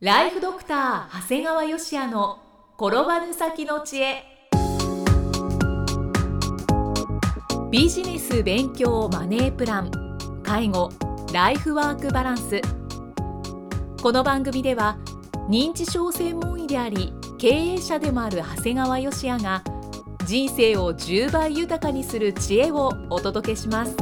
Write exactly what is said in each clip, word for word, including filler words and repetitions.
ライフドクター長谷川芳也の転ばぬ先の知恵。ビジネス勉強マネープラン、介護、ライフワークバランス。この番組では認知症専門医であり経営者でもある長谷川芳也が人生をじゅうばい豊かにする知恵をお届けします。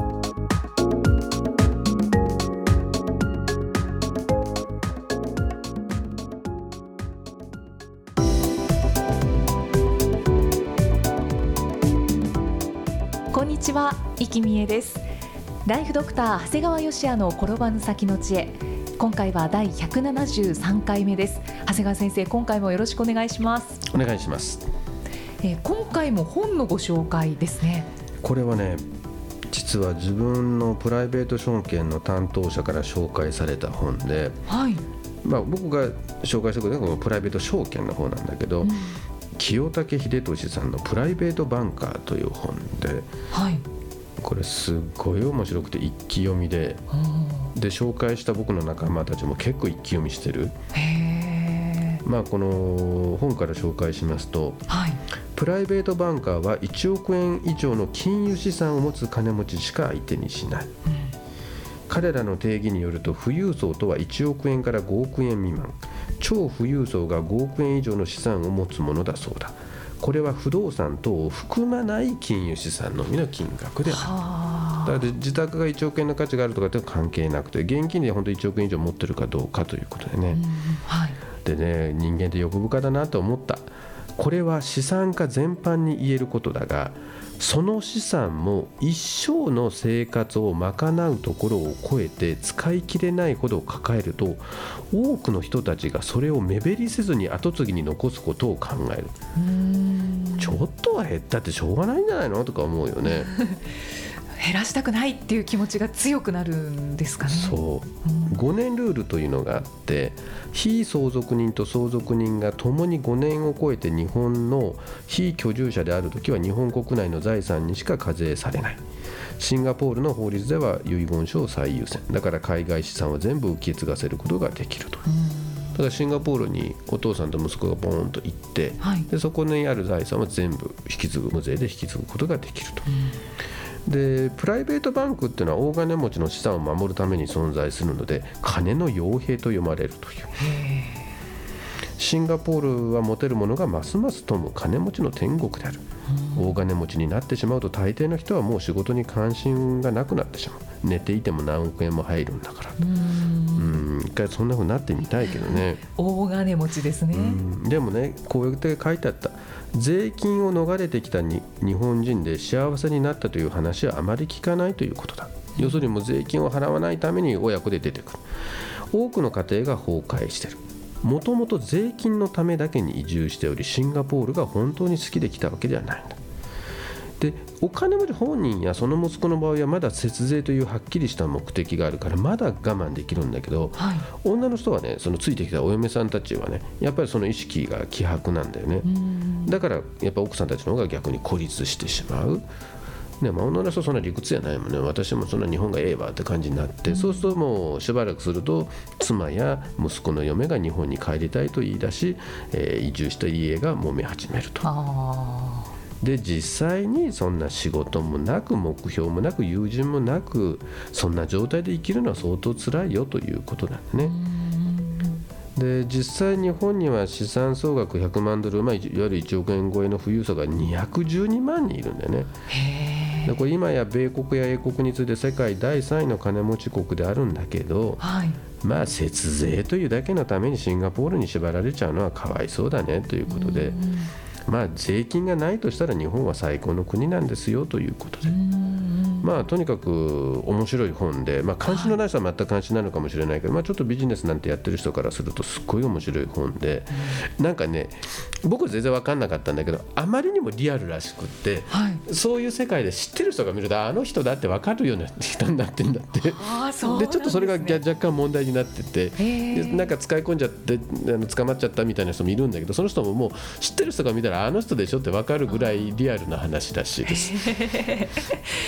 こんにちは、生きみえです。ライフドクター長谷川芳也の転ばぬ先の知恵。今回はだいひゃくななじゅうさんかいめです。長谷川先生、今回もよろしくお願いします。 お願いします。 えー、今回も本のご紹介ですね。 これはね、実は自分のプライベート証券の担当者から紹介された本で、はいまあ、僕が紹介してくれたのはプライベート証券の方なんだけど、うん、清武秀俊さんのプライベートバンカーという本で、はい、これすっごい面白くて一気読みで、で紹介した僕の仲間たちも結構一気読みしてる。へー、まあ、この本から紹介しますと、はい、プライベートバンカーはいちおくえん以上の金融資産を持つ金持ちしか相手にしない、うん、彼らの定義によると富裕層とはいちおくえんからごおくえん未満、超富裕層がごおくえん以上の資産を持つものだそうだ。これは不動産等を含まない金融資産のみの金額である。だから自宅がいちおくえんの価値があるとかって関係なくて、現金で本当にいちおくえん以上持ってるかどうかということでね、うんはい、でね、人間って欲深だなと思った。これは資産家全般に言えることだが、その資産も一生の生活を賄うところを超えて使い切れないほど抱えると、多くの人たちがそれを目減りせずに後継ぎに残すことを考える。うーん、ちょっとは減ったってしょうがないんじゃないのとか思うよね。 減らしたくないっていう気持ちが強くなるんですかね。 そう、うん、ごねんルールというのがあって、非相続人と相続人がともにごねんを超えて日本の非居住者であるときは日本国内の財産にしか課税されない。シンガポールの法律では遺言書を最優先だから、海外資産は全部受け継がせることができると。うん、ただシンガポールにお父さんと息子がボーンと行って、はい、でそこにある財産は全部引き継ぐ、無税で引き継ぐことができると。うんでプライベートバンクっていうのは大金持ちの資産を守るために存在するので、金の傭兵と読まれるという。シンガポールは持てるものがますます富む金持ちの天国である。大金持ちになってしまうと大抵の人はもう仕事に関心がなくなってしまう。寝ていても何億円も入るんだから。うんうん一回そんな風になってみたいけどね。 大金持ちですね。 うんでもね、こうやって書いてあった。税金を逃れてきたに日本人で幸せになったという話はあまり聞かないということだ。要するにもう税金を払わないために親子で出てくる。多くの家庭が崩壊している。もともと税金のためだけに移住しており、シンガポールが本当に好きで来たわけではないんだ。でお金持ち本人やその息子の場合はまだ節税というはっきりした目的があるからまだ我慢できるんだけど、はい、女の人はね、そのついてきたお嫁さんたちはね、やっぱりその意識が希薄なんだよね。だからやっぱ奥さんたちの方が逆に孤立してしまう。ねまあ、女の人そんな理屈じゃないもんね。私もそんな日本がええわって感じになって、うん、そうするともうしばらくすると妻や息子の嫁が日本に帰りたいと言い出し、えー、移住した家が揉め始めると。あで実際にそんな仕事もなく目標もなく友人もなく、そんな状態で生きるのは相当辛いよということなんだね。で実際日本には資産総額ひゃくまんドル、まあ、いわゆるいちおくえん超えの富裕層がにひゃくじゅうにまんにんいるんだよね。へでこれ今や米国や英国に次いで世界だいさんいの金持ち国であるんだけど、はい、まあ節税というだけのためにシンガポールに縛られちゃうのはかわいそうだねということで、まあ、税金がないとしたら日本は最高の国なんですよということで、まあ、とにかく面白い本で、まあ、関心のない人は全く関心ないのかもしれないけど、まあ、ちょっとビジネスなんてやってる人からするとすっごい面白い本で、なんかね、僕は全然分かんなかったんだけど、あまりにもリアルらしくって、はい、そういう世界で知ってる人が見るとあの人だって分かるような人になってんだってあそうなんですね。でちょっとそれが若干問題になってて、でなんか使い込んじゃってあの捕まっちゃったみたいな人もいるんだけど、その人ももう知ってる人が見たらあの人でしょって分かるぐらいリアルな話らしいです。 あ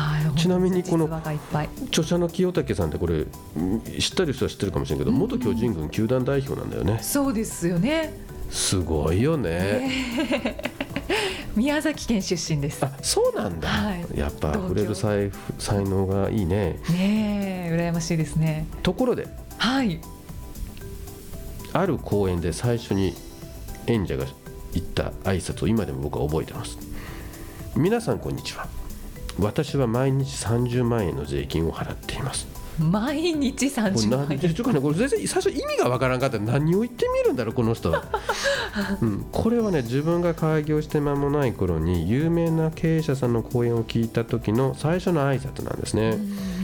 はい、 ちなみにこの実話がいっぱい。 著者の清武さんってこれ知ってる人は知ってるかもしれないけど、元巨人軍球団代表なんだよね。 そうですよね。 すごいよね。 宮崎県出身です。 あ、そうなんだ、はい、やっぱ触れる才、才能がいいね。 ねえ、羨ましいですね。 ところで、 はい、 ある公演で最初に演者が言った挨拶を今でも僕は覚えてます。皆さんこんにちは、私は毎日さんじゅうまんえんの税金を払っています。 毎日さんじゅうまんえん。 ちょっとね、これ全然最初意味がわからんかったら何を言ってみるんだろうこの人は、うん、これはね、自分が開業して間もない頃に有名な経営者さんの講演を聞いた時の最初の挨拶なんですね。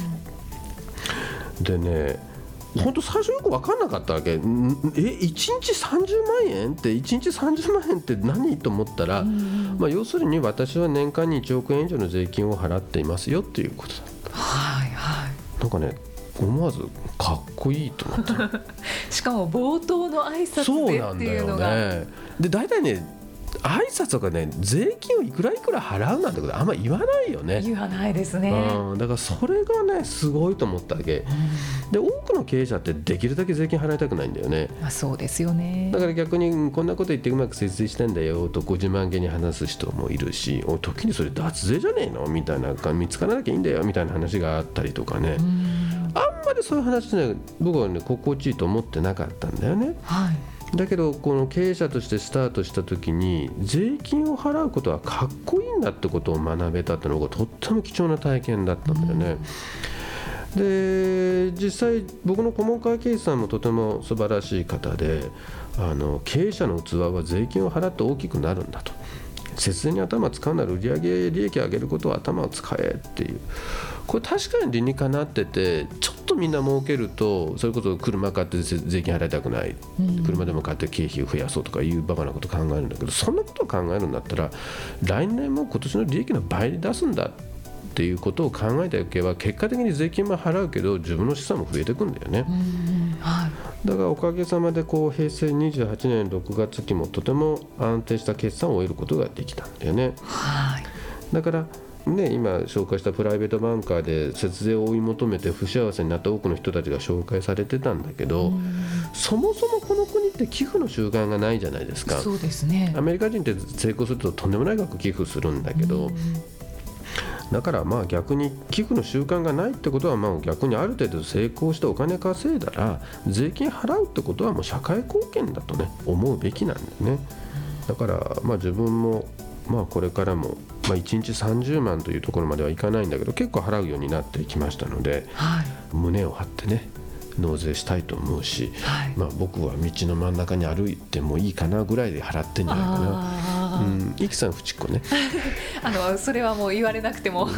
でね、本当最初よく分かんなかったわけ。え、いちにちさんじゅうまんえんっていちにちさんじゅうまんえんって何と思ったら、まあ、要するに私は年間にいちおくえん以上の税金を払っていますよっていうことだった。はいはい。なんかね、思わずかっこいいと思ったしかも冒頭の挨拶でっていうのが。そうなんだよね。 で大体ね、挨拶とかね、税金をいくらいくら払うなんてことあんま言わないよね。 言わないですね、 うん、だからそれがねすごいと思ったわけ、うん、で多くの経営者ってできるだけ税金払いたくないんだよね。 あ、そうですよね。 だから逆にこんなこと言ってうまく節税してんだよとご自慢げに話す人もいるし、お時にそれ脱税じゃねえのみたいな、見つからなきゃいいんだよみたいな話があったりとかね、うん、あんまりそういう話ね、僕はね心地いいと思ってなかったんだよね。はい。だけどこの経営者としてスタートした時に税金を払うことはかっこいいんだってことを学べたってのがとっても貴重な体験だったんだよね、うん、で実際僕の顧問会計士さんもとても素晴らしい方で、あの経営者の器は税金を払って大きくなるんだと、節税に頭使うなら売上利益を上げることは頭を使えっていう、これ確かに理にかなってて、ちょっとみんな儲けるとそれこそ車買って税金払いたくない、うん、車でも買って経費を増やそうとかいうバカなこと考えるんだけど、そんなことを考えるんだったら来年も今年の利益の倍に出すんだっていうことを考えておけば、結果的に税金も払うけど自分の資産も増えていくんだよね、うん、はい、だからおかげさまでこう平成にじゅうはちねんろくがつ期もとても安定した決算を得ることができたんだよね。はい、だからね、今紹介したプライベートバンカーで節税を追い求めて不幸せになった多くの人たちが紹介されてたんだけど、そもそもこの国って寄付の習慣がないじゃないですか。そうですね。アメリカ人って成功するととんでもない額寄付するんだけど、だからまあ逆に寄付の習慣がないってことは、まあ逆にある程度成功してお金稼いだら税金払うってことはもう社会貢献だとね思うべきなんだよね。だからまあ自分もまあこれからもまあいちにちさんじゅうまんというところまではいかないんだけど、結構払うようになってきましたので、はい、胸を張ってね納税したいと思うし、はい、まあ、僕は道の真ん中に歩いてもいいかなぐらいで払ってんじゃないかな。うん、イキさんふちっこねあのそれはもう言われなくても、はい、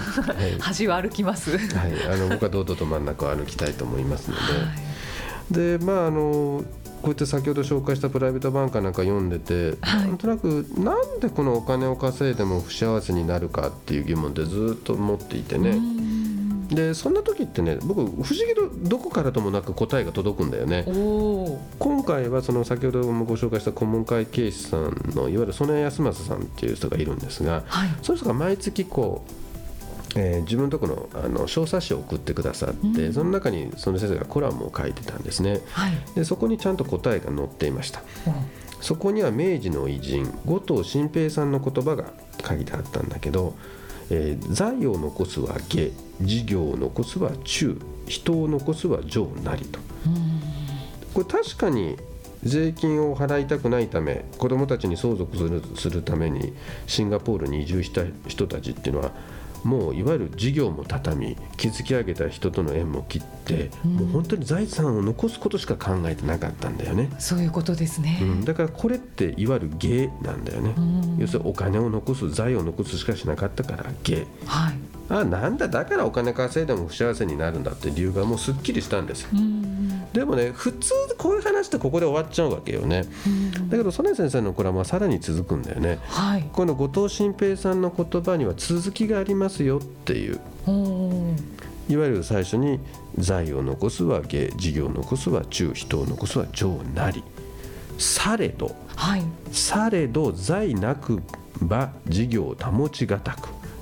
端を歩きます、はい、 あの僕は堂々と真ん中を歩きたいと思いますので、はい、でまああのこうやって先ほど紹介したプライベートバンカーなんか読んでて、はい、なんとなくなんでこのお金を稼いでも不幸せになるかっていう疑問でずっと持っていてね、でそんな時ってね、僕不思議とどこからともなく答えが届くんだよね。今回はその先ほどもご紹介した顧問会計士さんのいわゆる曽根康政さんっていう人がいるんですが、はい、その人が毎月こうえー、自分のところ の, あの小冊子を送ってくださって、うん、その中にその先生がコラムを書いてたんですね、はい、でそこにちゃんと答えが載っていました、うん、そこには明治の偉人後藤新平さんの言葉が書いてあったんだけど、えー、財を残すは下、事業を残すは中、人を残すは上なりと、うん、これ確かに税金を払いたくないため、子どもたちに相続す る, するためにシンガポールに移住した人たちっていうのはもういわゆる事業も畳み、築き上げた人との縁も切って、うん、もう本当に財産を残すことしか考えてなかったんだよね。 そういうことですね、 うん、だからこれっていわゆる芸なんだよね、うん、要するにお金を残す、財を残すしかしなかったから芸、はい、あなんだだからお金稼いでも不幸せになるんだって理由がもうすっきりしたんですよ、うん、でもね普通こういう話ってここで終わっちゃうわけよね、うん、だけど曽根先生のコラムはさらに続くんだよね、はい、この後藤新平さんの言葉には続きがありますよっていう、うん、いわゆる最初に財を残すは下、事業を残すは中、人を残すは上なり、されど、はい、されど財なくば事業を保ちがたく、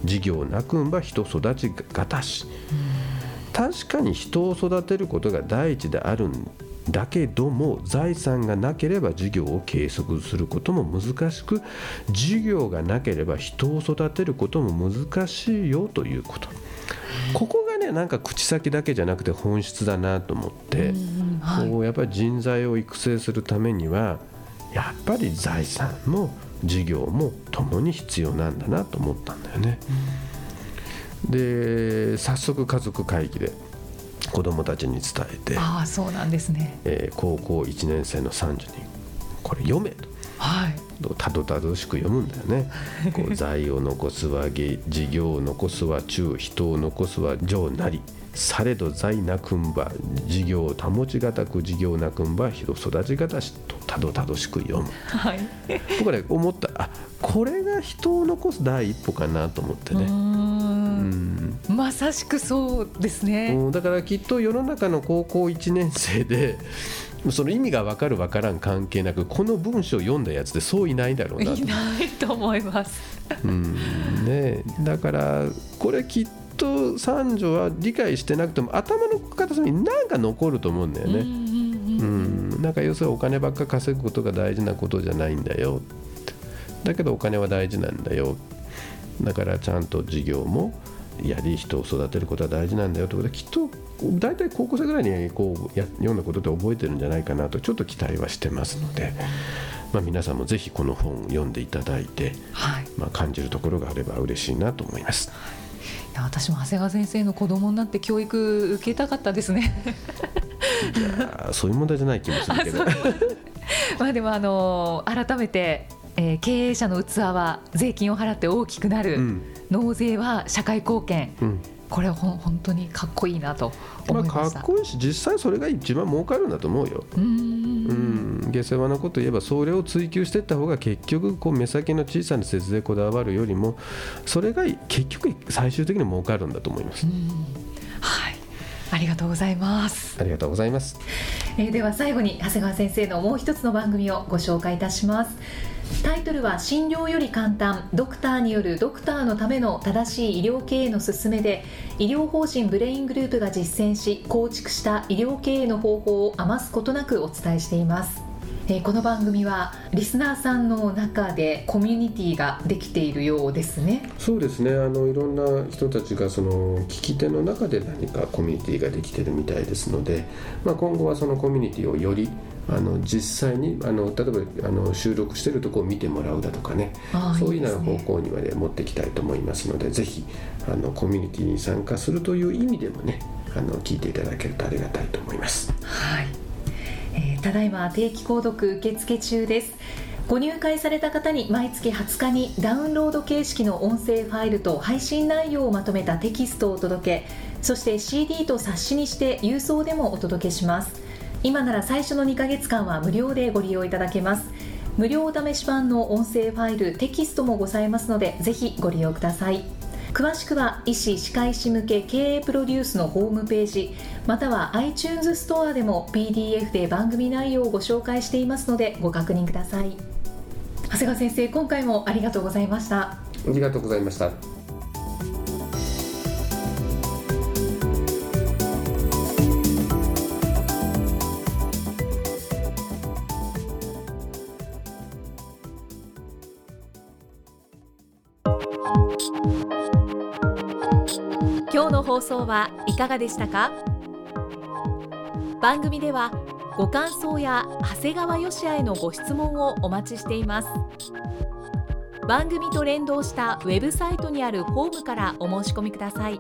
事業なくんば人育ちがたし。確かに人を育てることが第一であるんだけども、財産がなければ事業を継続することも難しく、事業がなければ人を育てることも難しいよということ。ここがね、なんか口先だけじゃなくて本質だなと思って、はい、こうやっぱり人材を育成するためにはやっぱり財産も事業も共に必要なんだなと思ったんだよね。で、早速家族会議で子どもたちに伝えて、 ああ、そうなんですね、 えー、高校いちねん生のさんじゅうにん、これ読めと、はい、たどたどしく読むんだよね。こう財を残すは事業を残すは中、人を残すは上なり、されど財なくんば事業を保ちがたく、事業なくんば人育ちがたしとたどたどしく読む、はい、僕はね思った。あ、これが人を残す第一歩かなと思ってね。うーん、 まさしくそうですね。 うん、だからきっと世の中の高校いちねん生でその意味が分かる分からん関係なく、この文章を読んだやつでそういないだろうなと。 いないと思います。 うんね、だからこれきっと三女は理解してなくても頭の片隅に何か残ると思うんだよね。うん、うん、なんか要するにお金ばっか稼ぐことが大事なことじゃないんだよ。だけどお金は大事なんだよ。だからちゃんと事業もやり、人を育てることは大事なんだよということで、きっと大体高校生ぐらいにこうや読んだことで覚えてるんじゃないかなとちょっと期待はしてますので、まあ、皆さんもぜひこの本を読んでいただいて、はい、まあ、感じるところがあれば嬉しいなと思います。 いや、私も長谷川先生の子供になって教育受けたかったですね。 いや、そういう問題じゃない気もするけど。 まあでもあの改めて、えー、経営者の器は税金を払って大きくなる、うん、納税は社会貢献、うん、これはほん本当にかっこいいなと思いました。 まあ、かっこいいし、実際それが一番儲かるんだと思うよ。うーん、うん、下世話なこと言えばそれを追求していった方が結局こう目先の小さな節税こだわるよりもそれが結局最終的に儲かるんだと思います。うん、 はい、ありがとうございます。 ありがとうございます。 えー、では最後に長谷川先生のもう一つの番組をご紹介いたします。タイトルは診療より簡単、ドクターによるドクターのための正しい医療経営の勧めで、医療法人ブレイングループが実践し構築した医療経営の方法を余すことなくお伝えしています。えー、この番組はリスナーさんの中でコミュニティができているようですね。 そうですね、あのいろんな人たちがその聞き手の中で何かコミュニティができているみたいですので、まあ、今後はそのコミュニティをよりあの実際にあの例えばあの収録しているところを見てもらうだとかね、そういうような方向にまで持っていきたいと思いますので、ぜひあのコミュニティに参加するという意味でもね、あの聞いていただけるとありがたいと思います。 はい、えー、ただいま定期購読受付中です。ご入会された方に毎月はつかにダウンロード形式の音声ファイルと配信内容をまとめたテキストをお届け、そして シーディー と冊子にして郵送でもお届けします。今なら最初のにかげつかんは無料でご利用いただけます。無料お試し版の音声ファイル、テキストもございますので、ぜひご利用ください。詳しくは医師・歯科医師向け経営プロデュースのホームページ、または iTunes ストアでも ピーディーエフ で番組内容をご紹介していますのでご確認ください。長谷川先生、今回もありがとうございました。 ありがとうございました。 今日の放送はいかがでしたか？番組ではご感想や長谷川芳也へのご質問をお待ちしています。番組と連動したウェブサイトにあるフォームからお申し込みください。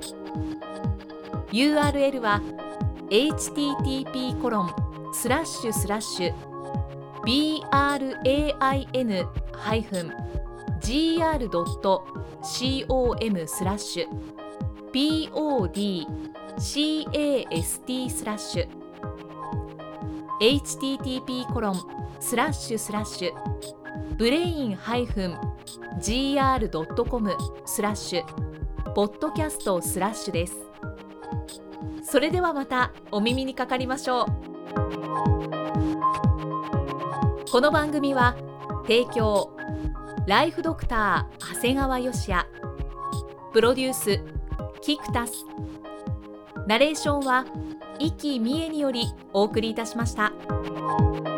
ユーアールエル は エイチティーティーピーコロンスラッシュスラッシュビーアールエーアイエヌハイフンジーアールドットコム スラッシュ ピーオーディーシーエーエスティー スラッシュ エイチティーティーピーコロンスラッシュスラッシュブレインハイフンジーアールドットコム スラッシュポッドキャストスラッシュです。それではまたお耳にかかりましょう。この番組は提供ライフドクター長谷川芳也、 プロデュースキクタス、ナレーションは生きみえによりお送りいたしました。